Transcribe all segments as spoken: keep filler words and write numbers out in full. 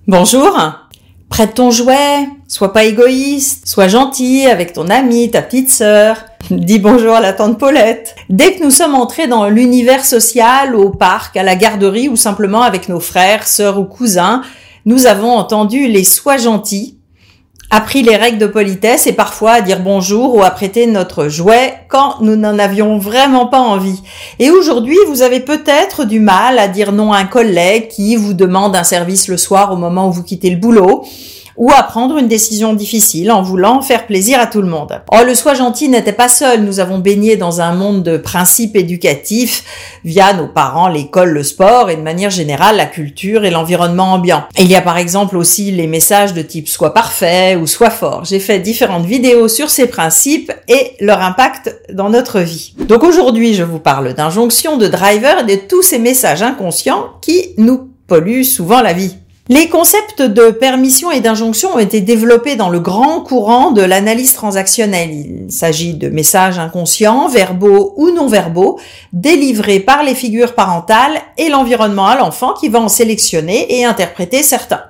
Bonjour, prête ton jouet, sois pas égoïste, sois gentil avec ton ami, ta petite sœur, dis bonjour à la tante Paulette. Dès que nous sommes entrés dans l'univers social, au parc, à la garderie ou simplement avec nos frères, sœurs ou cousins, nous avons entendu les sois gentils, appris les règles de politesse et parfois à dire bonjour ou à prêter notre jouet quand nous n'en avions vraiment pas envie. Et aujourd'hui, vous avez peut-être du mal à dire non à un collègue qui vous demande un service le soir au moment où vous quittez le boulot, ou à prendre une décision difficile en voulant faire plaisir à tout le monde. Oh, le sois gentil n'était pas seul. Nous avons baigné dans un monde de principes éducatifs via nos parents, l'école, le sport et de manière générale la culture et l'environnement ambiant. Et il y a par exemple aussi les messages de type sois parfait ou sois fort. J'ai fait différentes vidéos sur ces principes et leur impact dans notre vie. Donc aujourd'hui, je vous parle d'injonctions, de drivers et de tous ces messages inconscients qui nous polluent souvent la vie. Les concepts de permission et d'injonction ont été développés dans le grand courant de l'analyse transactionnelle. Il s'agit de messages inconscients, verbaux ou non-verbaux, délivrés par les figures parentales et l'environnement à l'enfant qui va en sélectionner et interpréter certains.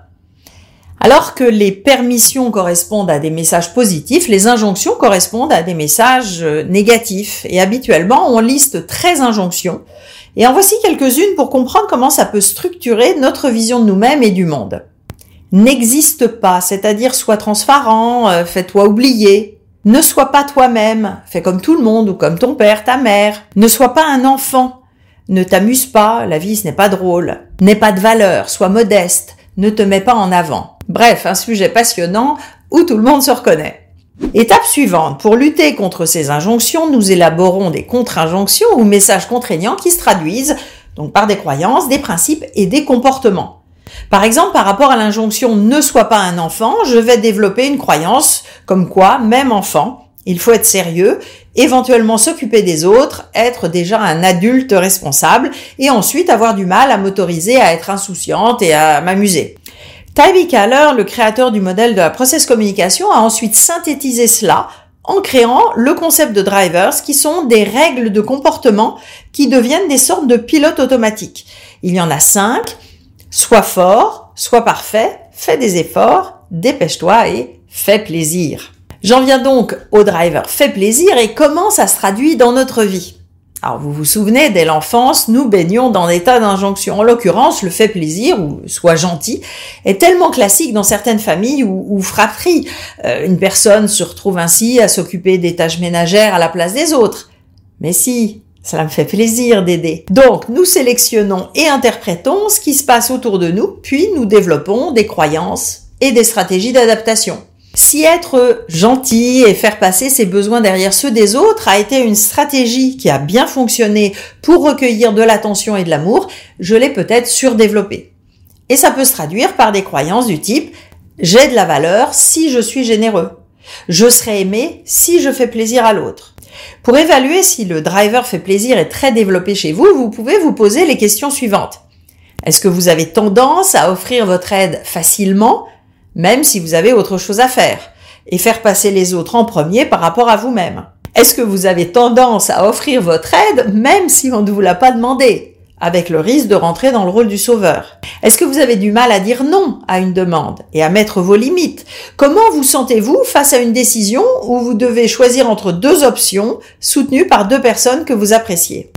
Alors que les permissions correspondent à des messages positifs, les injonctions correspondent à des messages négatifs. Et habituellement, on liste treize injonctions. Et en voici quelques-unes pour comprendre comment ça peut structurer notre vision de nous-mêmes et du monde. N'existe pas, c'est-à-dire sois transparent, euh, fais-toi oublier. Ne sois pas toi-même, fais comme tout le monde ou comme ton père, ta mère. Ne sois pas un enfant, ne t'amuse pas, la vie ce n'est pas drôle. N'aie pas de valeur, sois modeste, ne te mets pas en avant. Bref, un sujet passionnant où tout le monde se reconnaît. Étape suivante, pour lutter contre ces injonctions, nous élaborons des contre-injonctions ou messages contraignants qui se traduisent donc par des croyances, des principes et des comportements. Par exemple, par rapport à l'injonction « ne sois pas un enfant », je vais développer une croyance comme quoi, même enfant, il faut être sérieux, éventuellement s'occuper des autres, être déjà un adulte responsable et ensuite avoir du mal à m'autoriser à être insouciante et à m'amuser. Tybee Haller, le créateur du modèle de la process communication, a ensuite synthétisé cela en créant le concept de drivers qui sont des règles de comportement qui deviennent des sortes de pilotes automatiques. Il y en a cinq. Sois fort, sois parfait, fais des efforts, dépêche-toi et fais plaisir. J'en viens donc au driver fais plaisir et comment ça se traduit dans notre vie. Alors, vous vous souvenez, dès l'enfance, nous baignons dans des tas d'injonctions. En l'occurrence, le fait plaisir, ou sois gentil, est tellement classique dans certaines familles ou, ou fratries. Euh, une personne se retrouve ainsi à s'occuper des tâches ménagères à la place des autres. Mais si, cela me fait plaisir d'aider. Donc, nous sélectionnons et interprétons ce qui se passe autour de nous, puis nous développons des croyances et des stratégies d'adaptation. Si être gentil et faire passer ses besoins derrière ceux des autres a été une stratégie qui a bien fonctionné pour recueillir de l'attention et de l'amour, je l'ai peut-être surdéveloppée. Et ça peut se traduire par des croyances du type « j'ai de la valeur si je suis généreux »,« je serai aimé si je fais plaisir à l'autre ». Pour évaluer si le driver fait plaisir est très développé chez vous, vous pouvez vous poser les questions suivantes. Est-ce que vous avez tendance à offrir votre aide facilement, même si vous avez autre chose à faire, et faire passer les autres en premier par rapport à vous-même? Est-ce que vous avez tendance à offrir votre aide, même si on ne vous l'a pas demandé, avec le risque de rentrer dans le rôle du sauveur? Est-ce que vous avez du mal à dire non à une demande et à mettre vos limites? Comment vous sentez-vous face à une décision où vous devez choisir entre deux options soutenues par deux personnes que vous appréciez?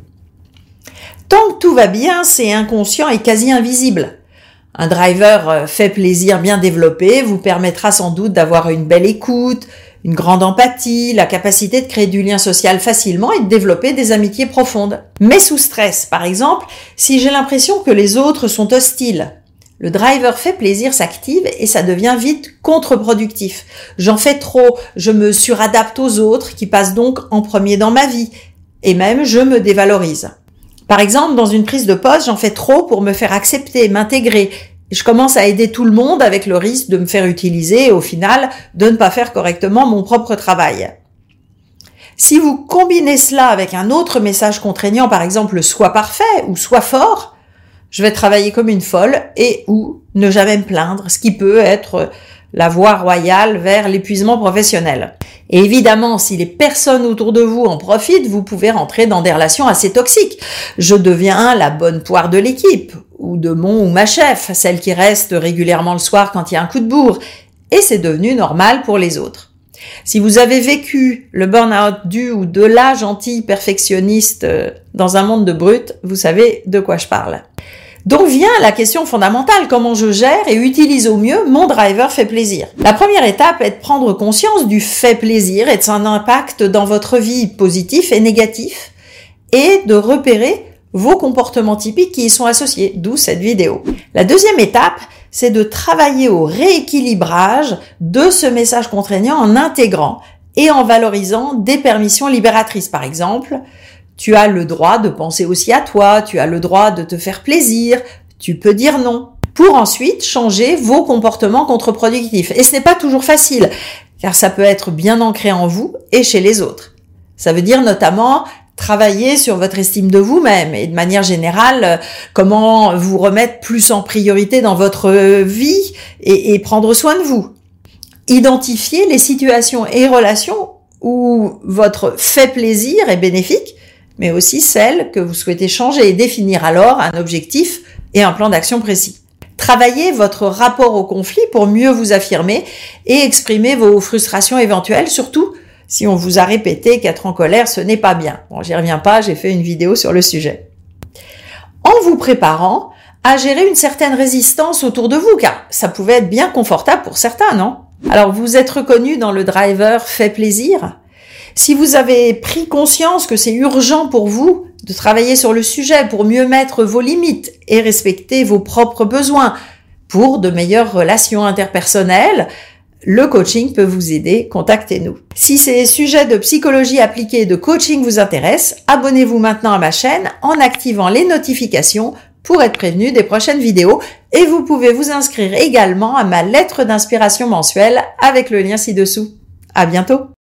Tant que tout va bien, c'est inconscient et quasi invisible. Un driver fait plaisir bien développé vous permettra sans doute d'avoir une belle écoute, une grande empathie, la capacité de créer du lien social facilement et de développer des amitiés profondes. Mais sous stress, par exemple, si j'ai l'impression que les autres sont hostiles, le driver fait plaisir s'active et ça devient vite contre-productif. J'en fais trop, je me suradapte aux autres qui passent donc en premier dans ma vie et même je me dévalorise. Par exemple, dans une prise de poste, j'en fais trop pour me faire accepter, m'intégrer. Je commence à aider tout le monde avec le risque de me faire utiliser et au final, de ne pas faire correctement mon propre travail. Si vous combinez cela avec un autre message contraignant, par exemple « sois parfait » ou « sois fort », je vais travailler comme une folle et ou ne jamais me plaindre, ce qui peut être la voie royale vers l'épuisement professionnel. Et évidemment, si les personnes autour de vous en profitent, vous pouvez rentrer dans des relations assez toxiques. Je deviens la bonne poire de l'équipe, ou de mon ou ma chef, celle qui reste régulièrement le soir quand il y a un coup de bourre. Et c'est devenu normal pour les autres. Si vous avez vécu le burn-out du ou de la gentille perfectionniste dans un monde de brutes, vous savez de quoi je parle. Donc vient la question fondamentale, comment je gère et utilise au mieux mon driver fait plaisir. La première étape est de prendre conscience du fait plaisir et de son impact dans votre vie positif et négatif et de repérer vos comportements typiques qui y sont associés, d'où cette vidéo. La deuxième étape, c'est de travailler au rééquilibrage de ce message contraignant en intégrant et en valorisant des permissions libératrices. Par exemple, tu as le droit de penser aussi à toi, tu as le droit de te faire plaisir, tu peux dire non, pour ensuite changer vos comportements contre-productifs. Et ce n'est pas toujours facile, car ça peut être bien ancré en vous et chez les autres. Ça veut dire notamment travailler sur votre estime de vous-même et de manière générale, comment vous remettre plus en priorité dans votre vie et, et prendre soin de vous. Identifier les situations et relations où votre fait plaisir est bénéfique, mais aussi celles que vous souhaitez changer et définir alors un objectif et un plan d'action précis. Travaillez votre rapport au conflit pour mieux vous affirmer et exprimer vos frustrations éventuelles, surtout si on vous a répété qu'être en colère, ce n'est pas bien. Bon, j'y reviens pas, j'ai fait une vidéo sur le sujet. En vous préparant à gérer une certaine résistance autour de vous, car ça pouvait être bien confortable pour certains, non? Alors, vous êtes reconnu dans le driver fait plaisir? Si vous avez pris conscience que c'est urgent pour vous de travailler sur le sujet pour mieux mettre vos limites et respecter vos propres besoins pour de meilleures relations interpersonnelles, le coaching peut vous aider, contactez-nous. Si ces sujets de psychologie appliquée et de coaching vous intéressent, abonnez-vous maintenant à ma chaîne en activant les notifications pour être prévenu des prochaines vidéos et vous pouvez vous inscrire également à ma lettre d'inspiration mensuelle avec le lien ci-dessous. À bientôt!